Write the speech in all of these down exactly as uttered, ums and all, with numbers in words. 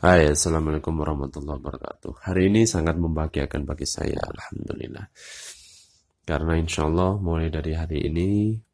Hai, Assalamualaikum warahmatullahi wabarakatuh. Hari ini sangat membahagiakan bagi saya, Alhamdulillah. Karena insya Allah mulai dari hari ini,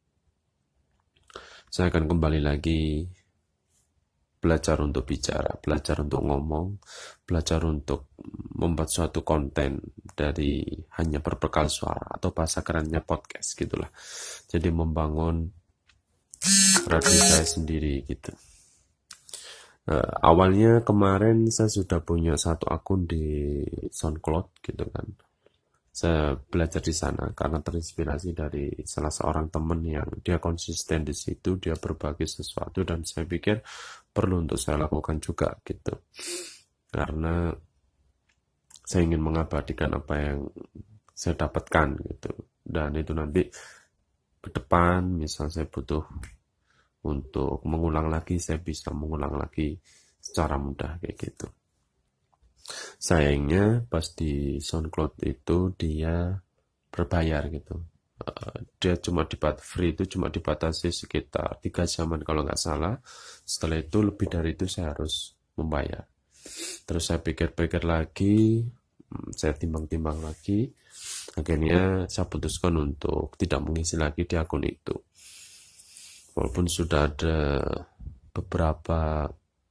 saya akan kembali lagi belajar untuk bicara, belajar untuk ngomong, belajar untuk membuat suatu konten dari hanya berbekal suara atau bahasa kerennya podcast gitulah. Jadi membangun radio saya sendiri gitu. Uh, awalnya kemarin saya sudah punya satu akun di SoundCloud gitu kan. Saya belajar di sana karena terinspirasi dari salah seorang teman yang dia konsisten di situ, dia berbagi sesuatu dan saya pikir perlu untuk saya lakukan juga gitu. Karena saya ingin mengabadikan apa yang saya dapatkan gitu. Dan itu nanti ke depan misal saya butuh untuk mengulang lagi, saya bisa mengulang lagi secara mudah kayak gitu. Sayangnya pas di SoundCloud itu dia berbayar gitu. Uh, dia cuma dibat free itu cuma dibatasi sekitar tiga jaman kalau nggak salah. Setelah itu lebih dari itu saya harus membayar. Terus saya pikir-pikir lagi, saya timbang-timbang lagi. Akhirnya saya putuskan untuk tidak mengisi lagi di akun itu. Walaupun sudah ada beberapa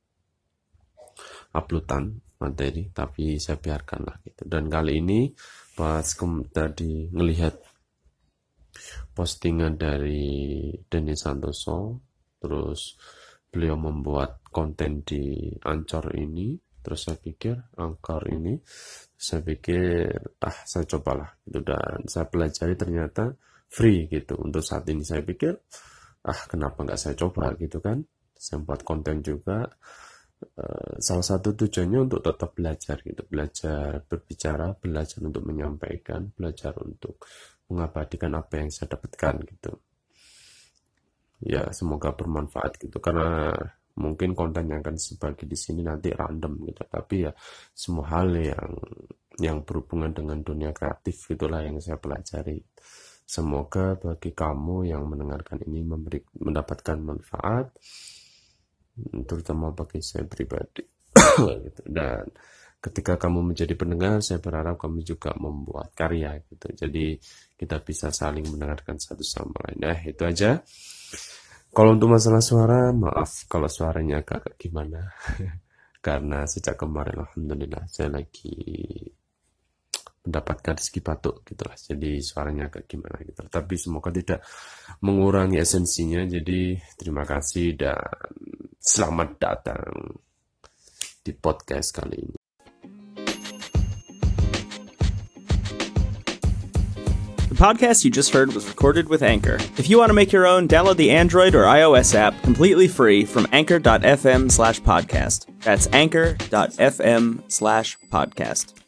uploadan materi, tapi saya biarkanlah gitu. Dan kali ini pas tadi ngelihat postingan dari Denny Santoso, terus beliau membuat konten di Anchor ini, terus saya pikir Anchor ini, saya pikir ah saya cobalah gitu dan saya pelajari ternyata free gitu untuk saat ini. Saya pikir ah kenapa nggak saya coba gitu kan, saya buat konten juga. Uh, salah satu tujuannya untuk tetap belajar gitu, belajar berbicara, belajar untuk menyampaikan, belajar untuk mengabadikan apa yang saya dapatkan gitu. Ya semoga bermanfaat gitu, karena mungkin konten yang akan sebagai di sini nanti random gitu, tapi ya semua hal yang yang berhubungan dengan dunia kreatif itulah yang saya pelajari. Semoga bagi kamu yang mendengarkan ini memberi, mendapatkan manfaat, terutama bagi saya pribadi. Gitu. Dan ketika kamu menjadi pendengar, saya berharap kamu juga membuat karya gitu. Jadi kita bisa saling mendengarkan satu sama lain. Nah itu aja. Kalau untuk masalah suara, maaf kalau suaranya agak gimana. Karena sejak kemarin alhamdulillah saya lagi mendapatkan rezeki batuk gitulah, jadi suaranya agak gimana gitu, tapi semoga tidak mengurangi esensinya. Jadi terima kasih dan selamat datang di podcast kali ini. The podcast you just heard was recorded with Anchor. If you want to make your own, download the Android or iOS app completely free from anchor dot f m slash podcast. That's anchor dot f m slash podcast.